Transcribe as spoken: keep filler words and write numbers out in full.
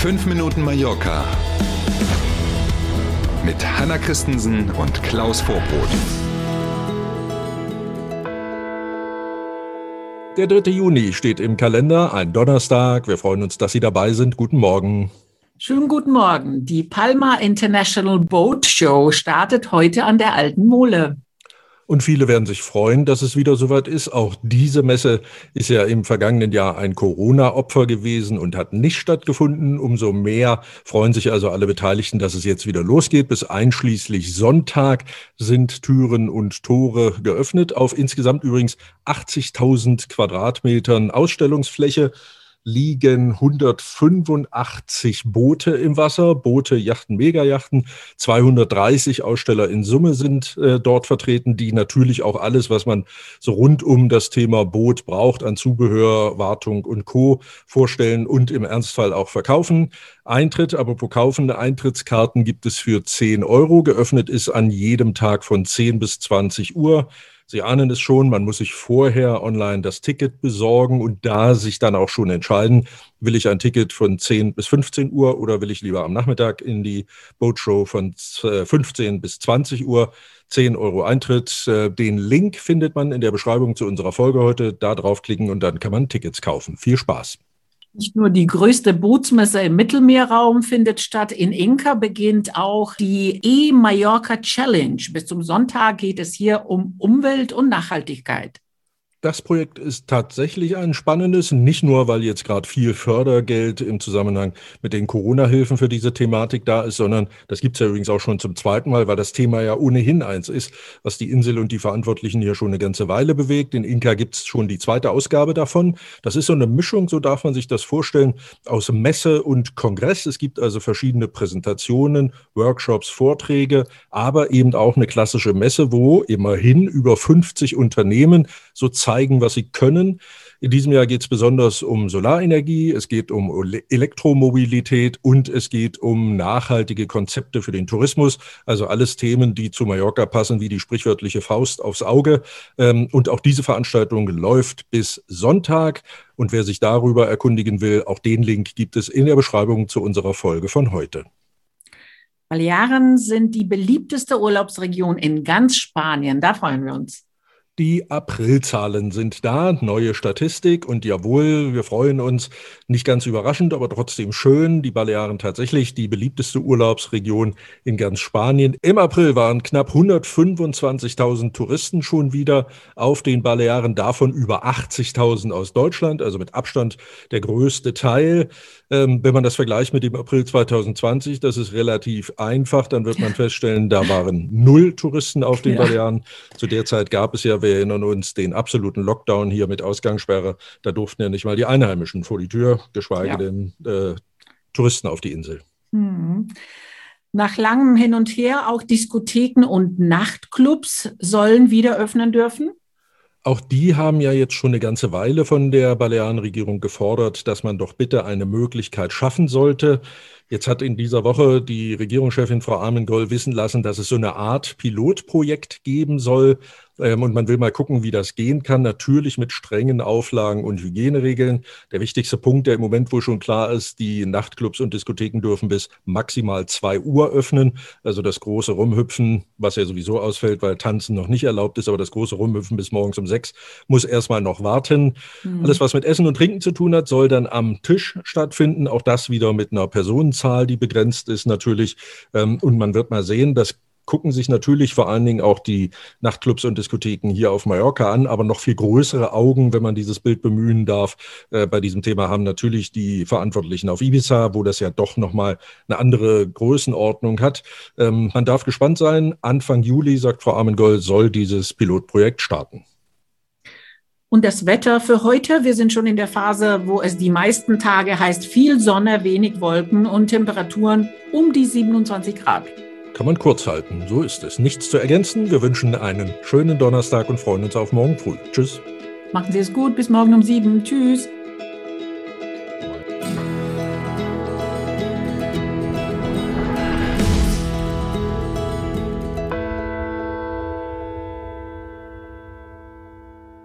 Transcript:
fünf Minuten Mallorca mit Hanna Christensen und Klaus Vorbrot. Der dritte Juni steht im Kalender, ein Donnerstag. Wir freuen uns, dass Sie dabei sind. Guten Morgen. Schönen guten Morgen. Die Palma International Boat Show startet heute an der Alten Mole. Und viele werden sich freuen, dass es wieder soweit ist. Auch diese Messe ist ja im vergangenen Jahr ein Corona-Opfer gewesen und hat nicht stattgefunden. Umso mehr freuen sich also alle Beteiligten, dass es jetzt wieder losgeht. Bis einschließlich Sonntag sind Türen und Tore geöffnet. Auf insgesamt übrigens achtzigtausend Quadratmetern Ausstellungsfläche liegen hundertfünfundachtzig Boote im Wasser, Boote, Yachten, Megayachten. zweihundertdreißig Aussteller in Summe sind äh, dort vertreten, die natürlich auch alles, was man so rund um das Thema Boot braucht, an Zubehör, Wartung und Co. vorstellen und im Ernstfall auch verkaufen. Eintritt, aber pro kaufende Eintrittskarten gibt es für zehn Euro. Geöffnet ist an jedem Tag von zehn bis zwanzig Uhr. Sie ahnen es schon, man muss sich vorher online das Ticket besorgen und da sich dann auch schon entscheiden, will ich ein Ticket von zehn bis fünfzehn Uhr oder will ich lieber am Nachmittag in die Boatshow von fünfzehn bis zwanzig Uhr. zehn Euro Eintritt. Den Link findet man in der Beschreibung zu unserer Folge heute. Da draufklicken und dann kann man Tickets kaufen. Viel Spaß! Nicht nur die größte Bootsmesse im Mittelmeerraum findet statt. In Inca beginnt auch die E-Mallorca Challenge. Bis zum Sonntag geht es hier um Umwelt und Nachhaltigkeit. Das Projekt ist tatsächlich ein spannendes, nicht nur, weil jetzt gerade viel Fördergeld im Zusammenhang mit den Corona-Hilfen für diese Thematik da ist, sondern das gibt es ja übrigens auch schon zum zweiten Mal, weil das Thema ja ohnehin eins ist, was die Insel und die Verantwortlichen hier schon eine ganze Weile bewegt. In Inca gibt es schon die zweite Ausgabe davon. Das ist so eine Mischung, so darf man sich das vorstellen, aus Messe und Kongress. Es gibt also verschiedene Präsentationen, Workshops, Vorträge, aber eben auch eine klassische Messe, wo immerhin über fünfzig Unternehmen so zeigen, was sie können. In diesem Jahr geht es besonders um Solarenergie, es geht um Elektromobilität und es geht um nachhaltige Konzepte für den Tourismus. Also alles Themen, die zu Mallorca passen, wie die sprichwörtliche Faust aufs Auge. Und auch diese Veranstaltung läuft bis Sonntag. Und wer sich darüber erkundigen will, auch den Link gibt es in der Beschreibung zu unserer Folge von heute. Balearen sind die beliebteste Urlaubsregion in ganz Spanien. Da freuen wir uns. Die Aprilzahlen sind da, neue Statistik und jawohl, wir freuen uns, nicht ganz überraschend, aber trotzdem schön, die Balearen tatsächlich die beliebteste Urlaubsregion in ganz Spanien. Im April waren knapp hundertfünfundzwanzigtausend Touristen schon wieder auf den Balearen, davon über achtzigtausend aus Deutschland, also mit Abstand der größte Teil. Ähm, wenn man das vergleicht mit dem April zweitausendzwanzig, das ist relativ einfach, dann wird man feststellen, da waren null Touristen auf den ja. Balearen. Zu der Zeit gab es ja, wir erinnern uns, den absoluten Lockdown hier mit Ausgangssperre. Da durften ja nicht mal die Einheimischen vor die Tür, geschweige ja. denn äh, Touristen auf die Insel. Mhm. Nach langem Hin und Her auch Diskotheken und Nachtclubs sollen wieder öffnen dürfen? Auch die haben ja jetzt schon eine ganze Weile von der Balearenregierung gefordert, dass man doch bitte eine Möglichkeit schaffen sollte. Jetzt hat in dieser Woche die Regierungschefin Frau Armengol wissen lassen, dass es so eine Art Pilotprojekt geben soll. Ähm, und man will mal gucken, wie das gehen kann. Natürlich mit strengen Auflagen und Hygieneregeln. Der wichtigste Punkt, der im Moment wohl schon klar ist, die Nachtclubs und Diskotheken dürfen bis maximal zwei Uhr öffnen. Also das große Rumhüpfen, was ja sowieso ausfällt, weil Tanzen noch nicht erlaubt ist, aber das große Rumhüpfen bis morgens um sechs muss erstmal noch warten. Mhm. Alles, was mit Essen und Trinken zu tun hat, soll dann am Tisch stattfinden. Auch das wieder mit einer Personenzahl, die begrenzt ist natürlich. Und man wird mal sehen, dass gucken sich natürlich vor allen Dingen auch die Nachtclubs und Diskotheken hier auf Mallorca an, aber noch viel größere Augen, wenn man dieses Bild bemühen darf, äh, bei diesem Thema haben natürlich die Verantwortlichen auf Ibiza, wo das ja doch nochmal eine andere Größenordnung hat. Ähm, man darf gespannt sein. Anfang Juli, sagt Frau Armengol, soll dieses Pilotprojekt starten. Und das Wetter für heute, wir sind schon in der Phase, wo es die meisten Tage heißt, viel Sonne, wenig Wolken und Temperaturen um die siebenundzwanzig Grad. Kann man kurz halten, so ist es. Nichts zu ergänzen. Wir wünschen einen schönen Donnerstag und freuen uns auf morgen früh. Tschüss. Machen Sie es gut, bis morgen um sieben. Tschüss.